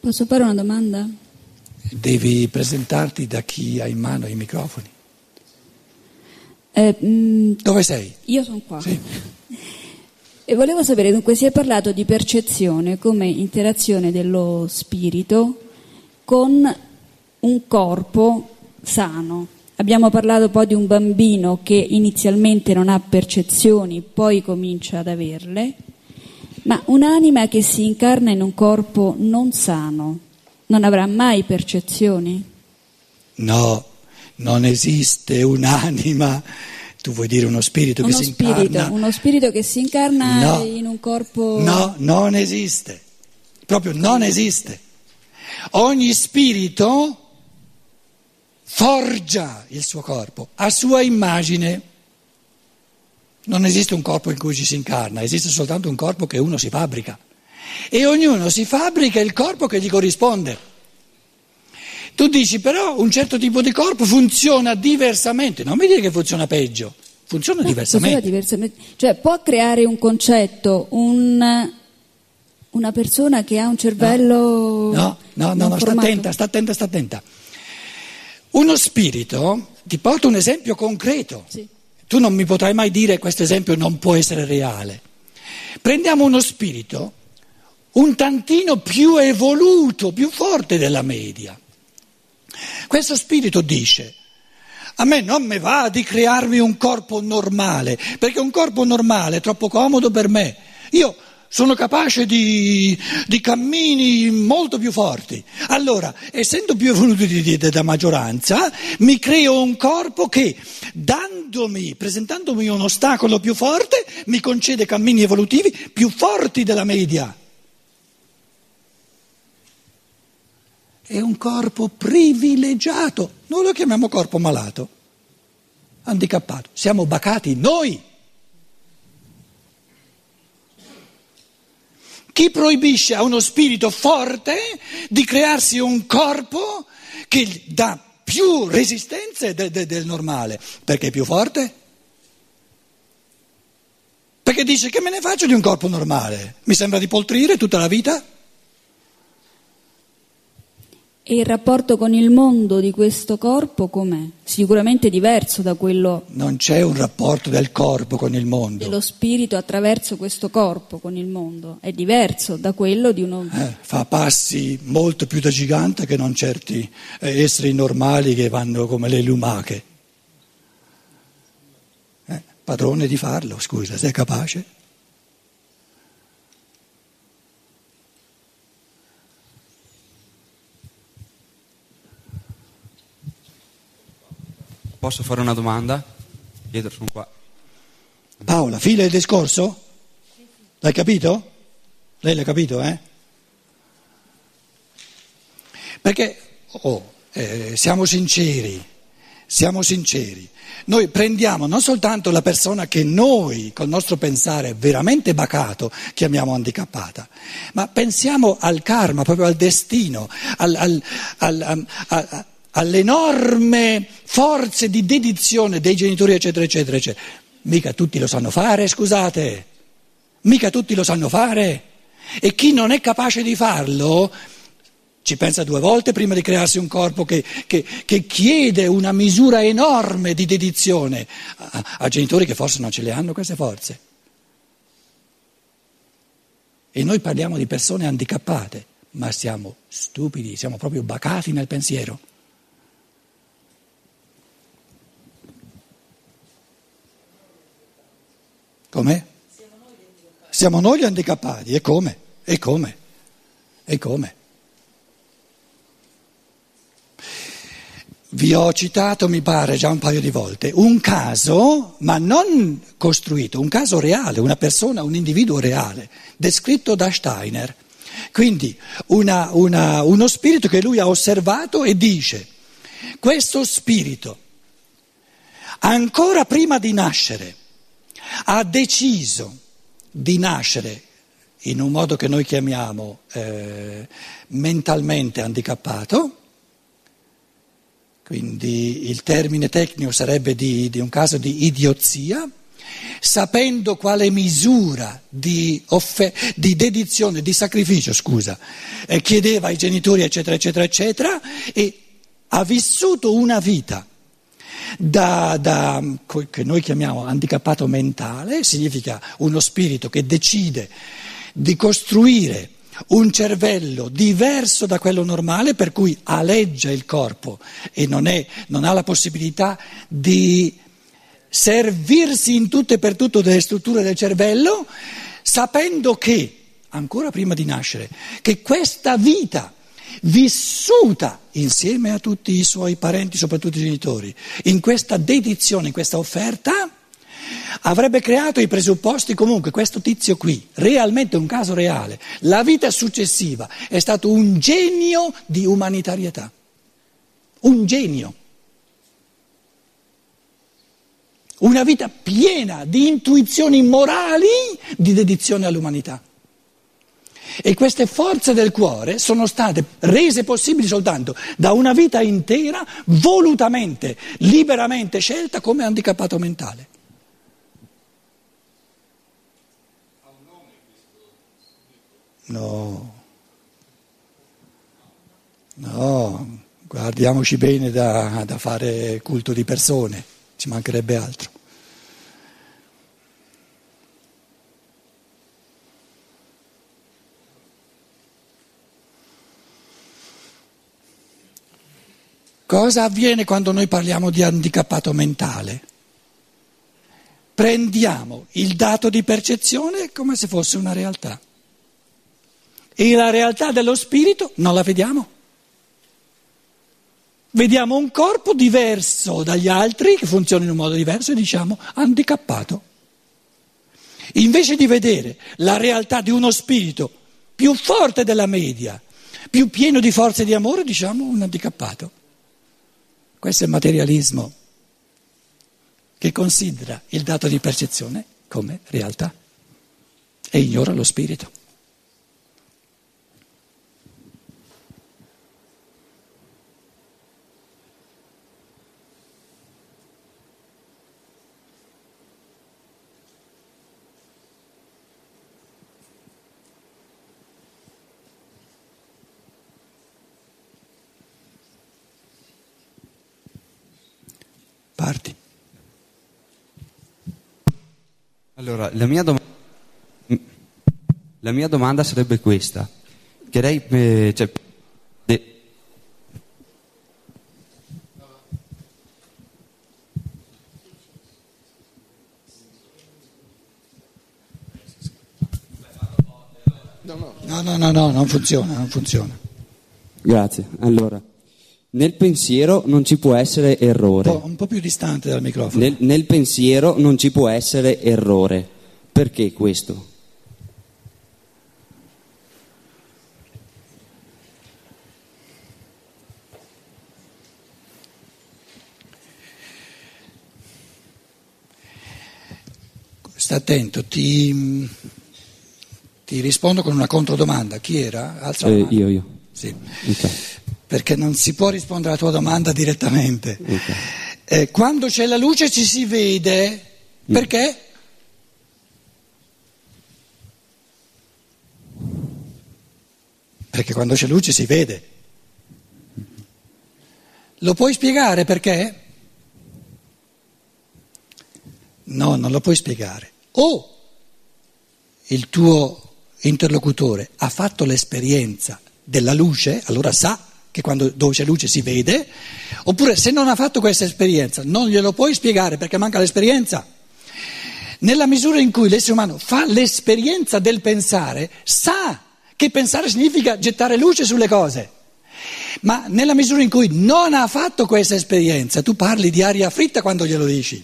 Posso fare una domanda? Devi presentarti da chi ha in mano i microfoni. Dove sei? Io sono qua. Sì. E volevo sapere, dunque, si è parlato di percezione come interazione dello spirito con un corpo sano. Abbiamo parlato poi di un bambino che inizialmente non ha percezioni, poi comincia ad averle, ma un'anima che si incarna in un corpo non sano non avrà mai percezioni? No, non esiste un'anima. Tu vuoi dire uno spirito che si incarna? Uno spirito che si incarna in un corpo... No, non esiste. Proprio non esiste. Ogni spirito forgia il suo corpo a sua immagine. Non esiste un corpo in cui ci si incarna, esiste soltanto un corpo che uno si fabbrica. E ognuno si fabbrica il corpo che gli corrisponde. Tu dici però un certo tipo di corpo funziona diversamente, non mi dire che funziona peggio, funziona diversamente. Cioè può creare un concetto, una persona che ha un cervello... No, sta attenta. Uno spirito, ti porto un esempio concreto, sì. Tu non mi potrai mai dire questo esempio non può essere reale. Prendiamo uno spirito un tantino più evoluto, più forte della media. Questo spirito dice: a me non mi va di crearmi un corpo normale, perché un corpo normale è troppo comodo per me. Io sono capace di cammini molto più forti. Allora, essendo più evoluto da maggioranza, mi creo un corpo che, presentandomi un ostacolo più forte, mi concede cammini evolutivi più forti della media. È un corpo privilegiato, non lo chiamiamo corpo malato, handicappato, siamo bacati noi. Chi proibisce a uno spirito forte di crearsi un corpo che dà più resistenze del normale? Perché è più forte? Perché dice: che me ne faccio di un corpo normale? Mi sembra di poltrire tutta la vita? E il rapporto con il mondo di questo corpo com'è? Sicuramente diverso da quello... Non c'è un rapporto del corpo con il mondo. Dello spirito attraverso questo corpo con il mondo. È diverso da quello di uno... Fa passi molto più da gigante che non certi esseri normali che vanno come le lumache. Padrone di farlo, scusa, sei capace? Posso fare una domanda? Dietro, sono qua. Paola, fila il discorso? L'hai capito? Lei l'ha capito, Perché siamo sinceri. Noi prendiamo non soltanto la persona che noi, col nostro pensare veramente bacato, chiamiamo handicappata, ma pensiamo al karma, proprio al destino, all'enorme forze di dedizione dei genitori, eccetera, eccetera, eccetera. Mica tutti lo sanno fare, scusate. Mica tutti lo sanno fare. E chi non è capace di farlo ci pensa due volte prima di crearsi un corpo che chiede una misura enorme di dedizione a genitori che forse non ce le hanno queste forze. E noi parliamo di persone handicappate, ma siamo stupidi, siamo proprio bacati nel pensiero. Com'è? Siamo noi gli handicappati, e come? Vi ho citato, mi pare, già un paio di volte, un caso, ma non costruito, un caso reale, una persona, un individuo reale, descritto da Steiner. Quindi uno spirito che lui ha osservato e dice: questo spirito, ancora prima di nascere, ha deciso di nascere in un modo che noi chiamiamo mentalmente handicappato, quindi il termine tecnico sarebbe di un caso di idiozia, sapendo quale misura di dedizione, di sacrificio, chiedeva ai genitori, eccetera, eccetera, eccetera, e ha vissuto una vita che noi chiamiamo handicappato mentale, significa uno spirito che decide di costruire un cervello diverso da quello normale, per cui aleggia il corpo e non ha la possibilità di servirsi in tutto e per tutto delle strutture del cervello, sapendo che, ancora prima di nascere, che questa vita vissuta insieme a tutti i suoi parenti, soprattutto i genitori, in questa dedizione, in questa offerta, avrebbe creato i presupposti. Comunque questo tizio qui, realmente un caso reale, la vita successiva è stato un genio di umanitarietà, un genio, una vita piena di intuizioni morali, di dedizione all'umanità. E queste forze del cuore sono state rese possibili soltanto da una vita intera, volutamente, liberamente scelta come handicappato mentale. No, guardiamoci bene da fare culto di persone, ci mancherebbe altro. Cosa avviene quando noi parliamo di handicappato mentale? Prendiamo il dato di percezione come se fosse una realtà. E la realtà dello spirito non la vediamo. Vediamo un corpo diverso dagli altri, che funziona in un modo diverso, e diciamo handicappato. Invece di vedere la realtà di uno spirito più forte della media, più pieno di forze di amore, diciamo un handicappato. Questo è il materialismo che considera il dato di percezione come realtà e ignora lo spirito. Parti. Allora, la mia domanda sarebbe questa. Che lei, No, non funziona. Grazie. Allora, nel pensiero non ci può essere errore. Un po' più distante dal microfono. Nel pensiero non ci può essere errore. Perché questo? Sta attento, ti rispondo con una controdomanda. Chi era? Alza la mano. Io. Sì. Okay. Perché non si può rispondere alla tua domanda direttamente. Okay. Quando c'è la luce ci si vede, perché? Perché quando c'è luce si vede. Lo puoi spiegare perché? No, non lo puoi spiegare. O il tuo interlocutore ha fatto l'esperienza della luce, allora sa che dove c'è luce si vede, oppure se non ha fatto questa esperienza non glielo puoi spiegare perché manca l'esperienza. Nella misura in cui l'essere umano fa l'esperienza del pensare, sa che pensare significa gettare luce sulle cose, ma nella misura in cui non ha fatto questa esperienza, tu parli di aria fritta quando glielo dici.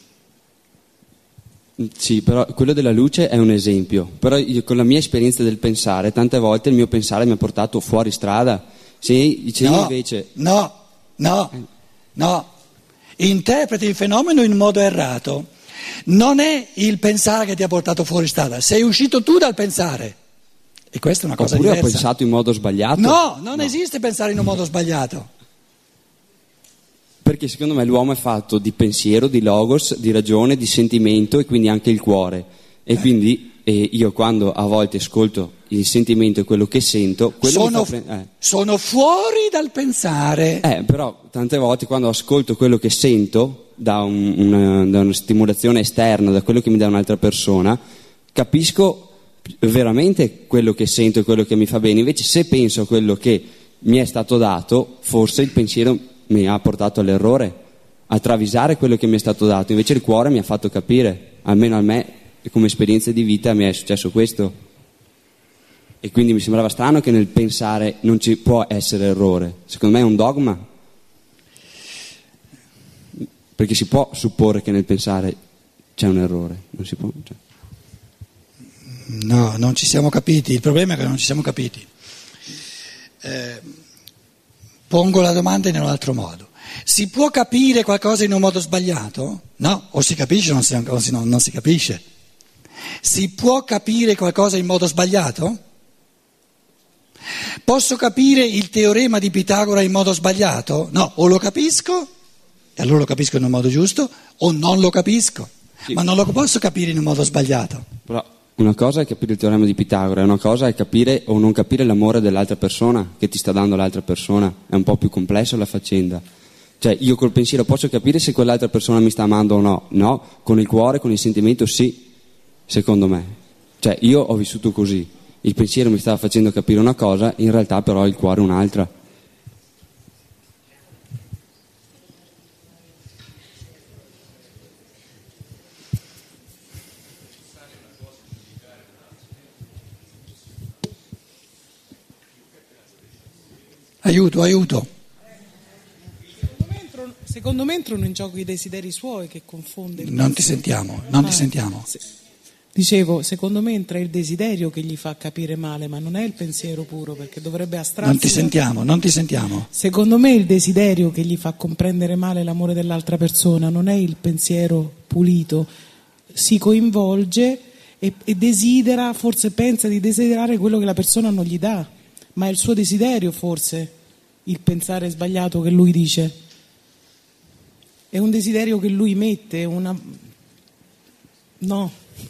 Sì, però quello della luce è un esempio, però io, con la mia esperienza del pensare, tante volte il mio pensare mi ha portato fuori strada. Invece... No, interpreti il fenomeno in modo errato. Non è il pensare che ti ha portato fuori strada, sei uscito tu dal pensare. E questa è una cosa diversa. Oppure ho pensato in modo sbagliato? No, non esiste pensare in un modo sbagliato. Perché secondo me l'uomo è fatto di pensiero, di logos, di ragione, di sentimento e quindi anche il cuore. E quindi io quando a volte ascolto il sentimento e quello che sento, sono fuori dal pensare. Però tante volte quando ascolto quello che sento da una stimolazione esterna, da quello che mi dà un'altra persona, capisco veramente quello che sento e quello che mi fa bene. Invece se penso a quello che mi è stato dato, forse il pensiero mi ha portato all'errore, a travisare quello che mi è stato dato. Invece il cuore mi ha fatto capire, almeno a me come esperienza di vita mi è successo questo. E quindi mi sembrava strano che nel pensare non ci può essere errore. Secondo me è un dogma, perché si può supporre che nel pensare c'è un errore, non si può, cioè. No, non ci siamo capiti, il problema è che non ci siamo capiti. Pongo la domanda in un altro modo. Si può capire qualcosa in un modo sbagliato? No, o si capisce o non si capisce. Si può capire qualcosa in modo sbagliato? Posso capire il teorema di Pitagora in modo sbagliato? No, o lo capisco, e allora lo capisco in un modo giusto, o non lo capisco, sì. Ma non lo posso capire in un modo sbagliato. Però una cosa è capire il teorema di Pitagora, una cosa è capire o non capire l'amore dell'altra persona che ti sta dando l'altra persona. È un po' più complesso la faccenda. Cioè io col pensiero posso capire se quell'altra persona mi sta amando o no. No, con il cuore, con il sentimento sì, secondo me. Cioè io ho vissuto così. Il pensiero mi stava facendo capire una cosa, in realtà però il cuore un'altra. Aiuto. Secondo me entrano in gioco i desideri suoi che confonde. Non ti sentiamo. Dicevo, secondo me entra il desiderio che gli fa capire male, ma non è il pensiero puro, perché dovrebbe astrarsi. Non ti sentiamo. Secondo me il desiderio che gli fa comprendere male l'amore dell'altra persona non è il pensiero pulito, si coinvolge e desidera, forse pensa di desiderare quello che la persona non gli dà, ma è il suo desiderio forse il pensare sbagliato che lui dice. È un desiderio che lui mette, no.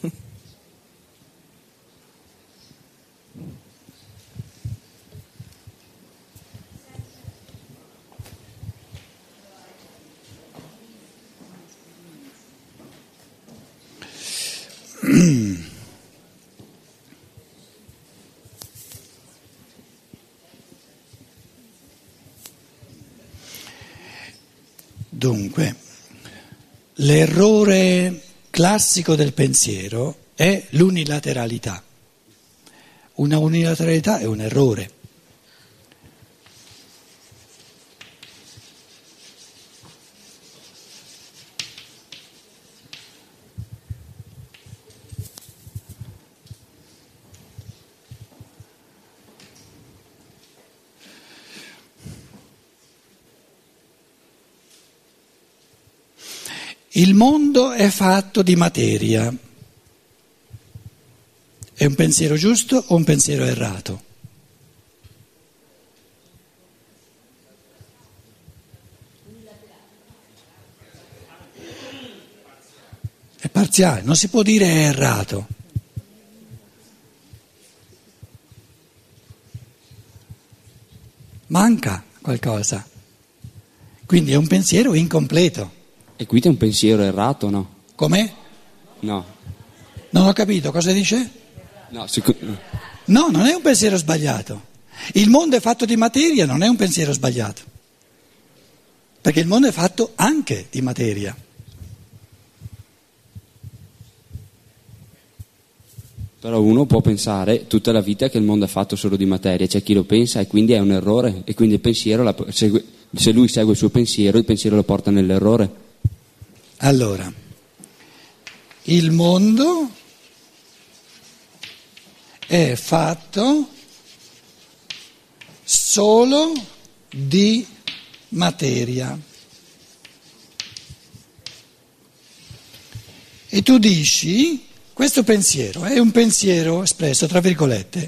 Dunque, l'errore classico del pensiero è l'unilateralità. Una unilateralità è un errore. Il mondo è fatto di materia. È un pensiero giusto o un pensiero errato? È parziale, non si può dire è errato. Manca qualcosa. Quindi è un pensiero incompleto. E qui c'è un pensiero errato, no? Com'è? No. Non ho capito, cosa dice? No, No, non è un pensiero sbagliato. Il mondo è fatto di materia, non è un pensiero sbagliato. Perché il mondo è fatto anche di materia. Però uno può pensare tutta la vita che il mondo è fatto solo di materia, c'è chi lo pensa e quindi è un errore. E quindi il pensiero, se lui segue il suo pensiero, il pensiero lo porta nell'errore. Allora, il mondo è fatto solo di materia. E tu dici, questo pensiero è un pensiero espresso tra virgolette.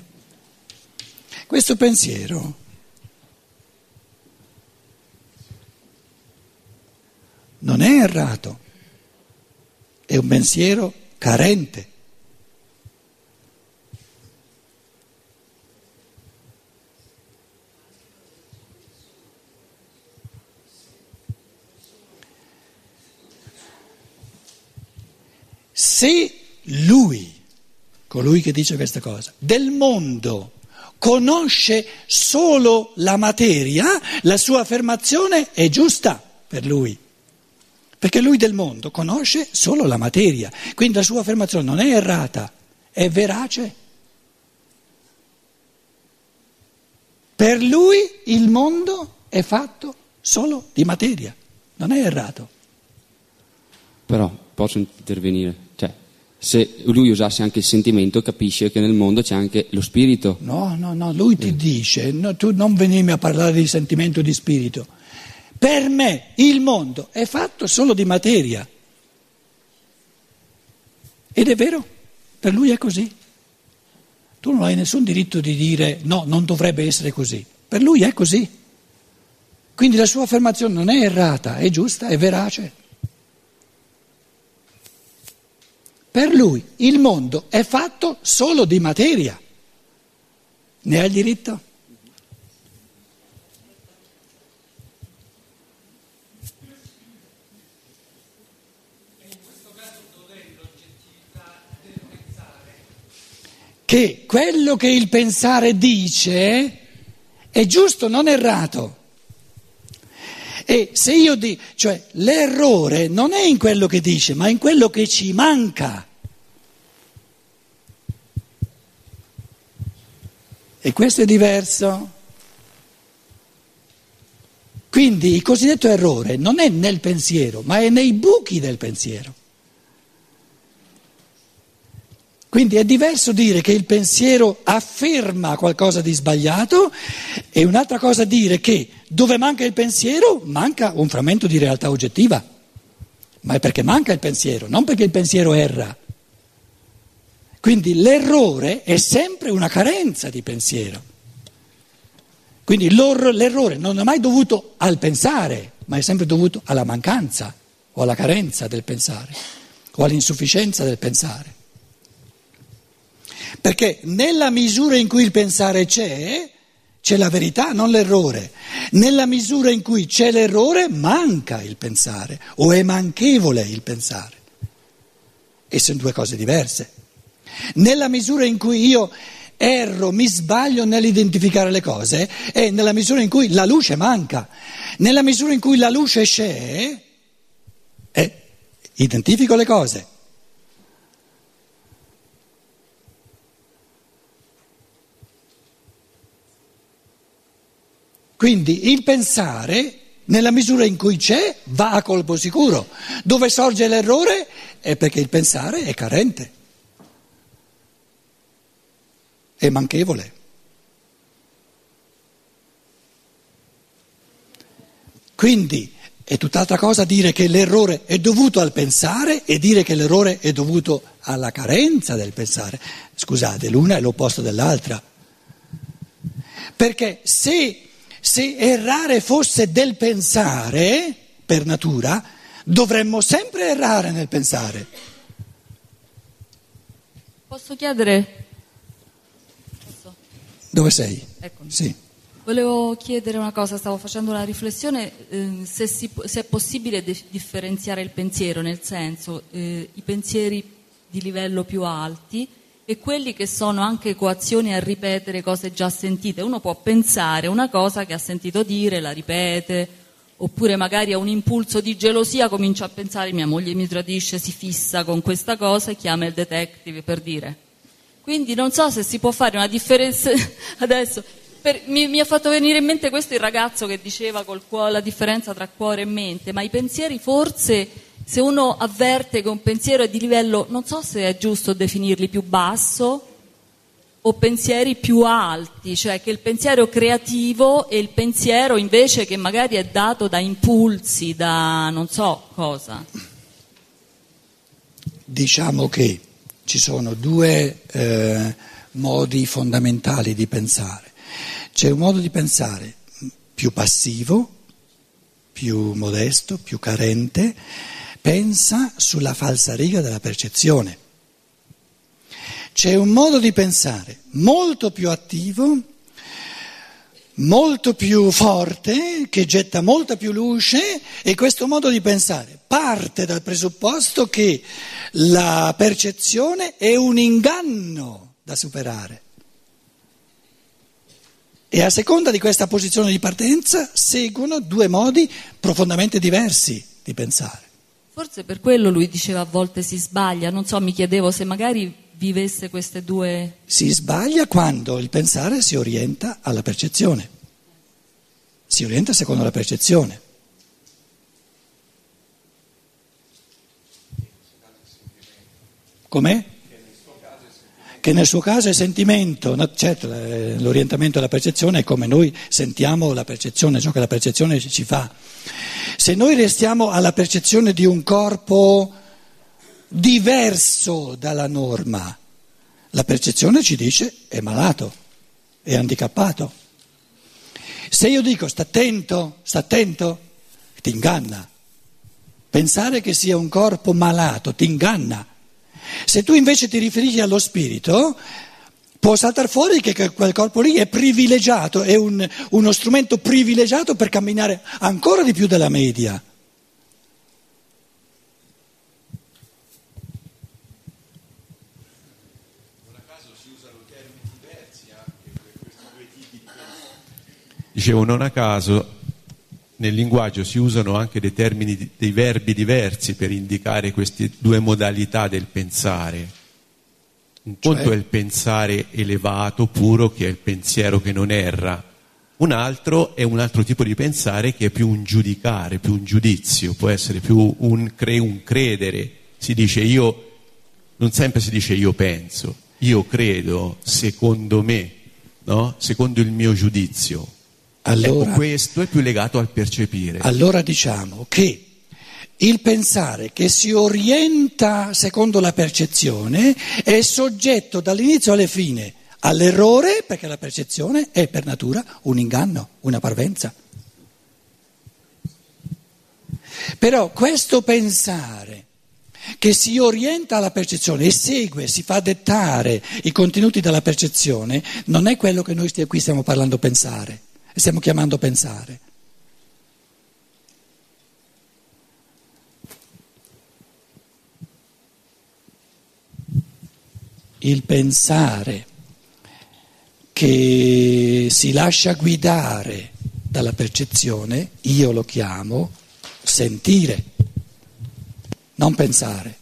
Questo pensiero errato, è un pensiero carente. Se lui, colui che dice questa cosa, del mondo conosce solo la materia, la sua affermazione è giusta per lui, perché lui del mondo conosce solo la materia, quindi la sua affermazione non è errata, è verace. Per lui il mondo è fatto solo di materia, non è errato. Però posso intervenire? Cioè, se lui usasse anche il sentimento, capisce che nel mondo c'è anche lo spirito. No, lui ti dice, no, tu non venimi a parlare di sentimento e di spirito. Per me il mondo è fatto solo di materia. Ed è vero, per lui è così. Tu non hai nessun diritto di dire no, non dovrebbe essere così. Per lui è così. Quindi la sua affermazione non è errata, è giusta, è verace. Per lui il mondo è fatto solo di materia. Ne ha il diritto? Che quello che il pensare dice è giusto, non errato. E se io dico, cioè l'errore non è in quello che dice, ma in quello che ci manca. E questo è diverso. Quindi il cosiddetto errore non è nel pensiero, ma è nei buchi del pensiero. Quindi è diverso dire che il pensiero afferma qualcosa di sbagliato e un'altra cosa dire che dove manca il pensiero manca un frammento di realtà oggettiva, ma è perché manca il pensiero, non perché il pensiero erra. Quindi l'errore è sempre una carenza di pensiero. Quindi l'errore non è mai dovuto al pensare, ma è sempre dovuto alla mancanza o alla carenza del pensare o all'insufficienza del pensare. Perché nella misura in cui il pensare c'è la verità, non l'errore. Nella misura in cui c'è l'errore, manca il pensare o è manchevole il pensare. E sono due cose diverse. Nella misura in cui io erro, mi sbaglio nell'identificare le cose, è nella misura in cui la luce manca. Nella misura in cui la luce c'è, identifico le cose. Quindi il pensare, nella misura in cui c'è, va a colpo sicuro. Dove sorge l'errore è perché il pensare è carente, è manchevole. Quindi è tutt'altra cosa dire che l'errore è dovuto al pensare e dire che l'errore è dovuto alla carenza del pensare. Scusate, l'una è l'opposto dell'altra. Perché se errare fosse del pensare, per natura, dovremmo sempre errare nel pensare. Posso chiedere? Dove sei? Eccomi. Sì. Volevo chiedere una cosa, stavo facendo una riflessione, se è possibile differenziare il pensiero, nel senso i pensieri di livello più alti e quelli che sono anche coazioni a ripetere cose già sentite. Uno può pensare una cosa che ha sentito dire, la ripete, oppure magari ha un impulso di gelosia, comincia a pensare mia moglie mi tradisce, si fissa con questa cosa e chiama il detective per dire. Quindi non so se si può fare una differenza adesso. Mi ha fatto venire in mente questo il ragazzo che diceva la differenza tra cuore e mente, ma i pensieri forse, se uno avverte che un pensiero è di livello, non so se è giusto definirli più basso o pensieri più alti, cioè che il pensiero creativo e il pensiero invece che magari è dato da impulsi, da non so cosa. Diciamo che ci sono due modi fondamentali di pensare. C'è un modo di pensare più passivo più modesto, più carente, pensa sulla falsariga della percezione. C'è un modo di pensare molto più attivo, molto più forte, che getta molta più luce, e questo modo di pensare parte dal presupposto che la percezione è un inganno da superare. E a seconda di questa posizione di partenza seguono due modi profondamente diversi di pensare. Forse per quello lui diceva a volte si sbaglia, non so, mi chiedevo se magari vivesse queste due... Si sbaglia quando il pensare si orienta alla percezione, si orienta secondo la percezione. Com'è? Che nel suo caso è sentimento, no? Certo, l'orientamento alla percezione è come noi sentiamo la percezione, ciò che la percezione ci fa. Se noi restiamo alla percezione di un corpo diverso dalla norma, la percezione ci dice è malato, è handicappato. Se io dico sta attento, ti inganna. Pensare che sia un corpo malato ti inganna. Se tu invece ti riferisci allo spirito, può saltare fuori che quel corpo lì è privilegiato, è uno strumento privilegiato per camminare ancora di più della media. Non a caso si usano termini diversi anche per questi due tipi di pensiero. Dicevo, non a caso nel linguaggio si usano anche dei termini, dei verbi diversi per indicare queste due modalità del pensare. Un conto è il pensare elevato, puro, che è il pensiero che non erra. Un altro è un altro tipo di pensare che è più un giudicare, più un giudizio, può essere più un credere. Si dice io, non sempre si dice io penso, io credo, secondo me, no? Secondo il mio giudizio. Allora, questo è più legato al percepire. Allora diciamo che il pensare che si orienta secondo la percezione è soggetto dall'inizio alla fine all'errore, perché la percezione è per natura un inganno, una parvenza. Però questo pensare che si orienta alla percezione e segue, si fa dettare i contenuti dalla percezione, non è quello che noi qui stiamo parlando pensare. Stiamo chiamando pensare. Il pensare che si lascia guidare dalla percezione, io lo chiamo sentire, non pensare.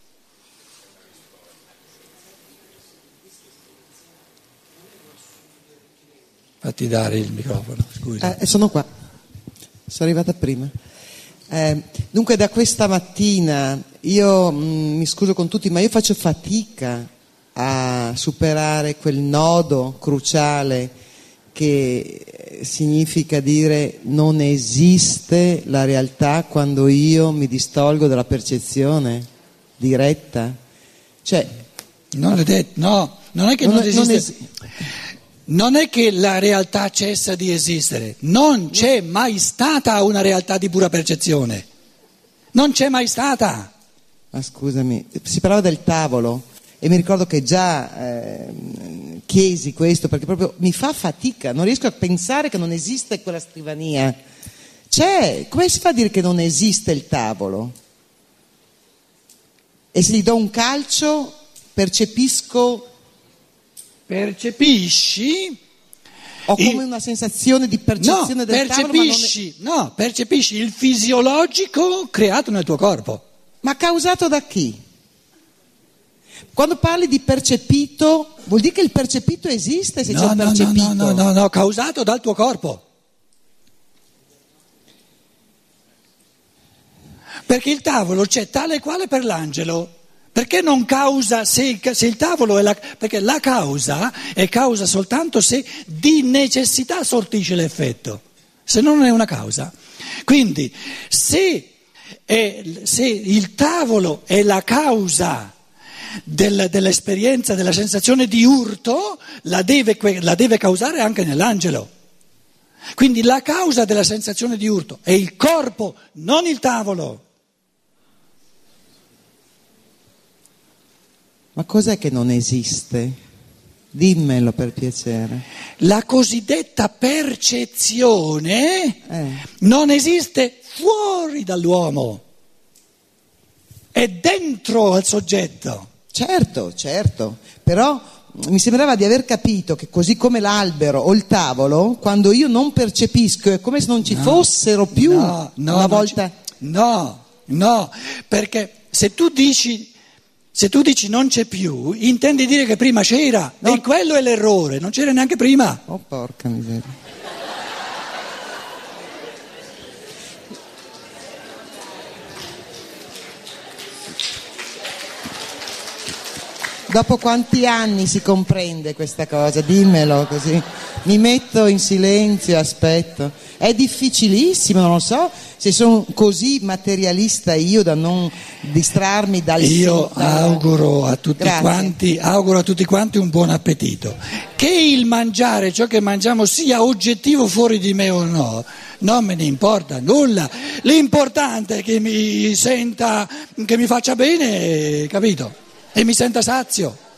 Fatti dare il microfono, scusa. Sono qua, sono arrivata prima. Dunque da questa mattina io mi scuso con tutti, ma io faccio fatica a superare quel nodo cruciale che significa dire non esiste la realtà quando io mi distolgo dalla percezione diretta. Cioè, non è detto, no, non è che non esiste. Non è che la realtà cessa di esistere, non c'è mai stata una realtà di pura percezione, non c'è mai stata. Ma scusami, si parlava del tavolo e mi ricordo che già chiesi questo perché proprio mi fa fatica, non riesco a pensare che non esiste quella scrivania. C'è, come si fa a dire che non esiste il tavolo? E se gli do un calcio Percepisci? Ho come una sensazione di percezione del tavolo, percepisci il fisiologico creato nel tuo corpo. Ma causato da chi? Quando parli di percepito, vuol dire che il percepito esiste se c'è un percepito? No, causato dal tuo corpo. Perché il tavolo c'è tale e quale per l'angelo. Perché non causa se il tavolo è perché la causa è causa soltanto se di necessità sortisce l'effetto, se no non è una causa. Quindi se il tavolo è la causa dell'esperienza, della sensazione di urto, la deve causare anche nell'angelo. Quindi la causa della sensazione di urto è il corpo, non il tavolo. Ma cos'è che non esiste? Dimmelo per piacere. La cosiddetta percezione non esiste fuori dall'uomo, è dentro al soggetto. Certo, però mi sembrava di aver capito che così come l'albero o il tavolo, quando io non percepisco è come se non ci fossero più una volta. No, perché se tu dici non c'è più, intendi dire che prima c'era, e quello è l'errore, non c'era neanche prima. Oh porca miseria. Dopo quanti anni si comprende questa cosa? Dimmelo così. Mi metto in silenzio, aspetto. È difficilissimo, non lo so se sono così materialista io da non distrarmi dal... Io auguro a tutti quanti un buon appetito. Che il mangiare, ciò che mangiamo, sia oggettivo fuori di me o no, non me ne importa nulla. L'importante è che mi senta, che mi faccia bene, capito? E mi senta sazio.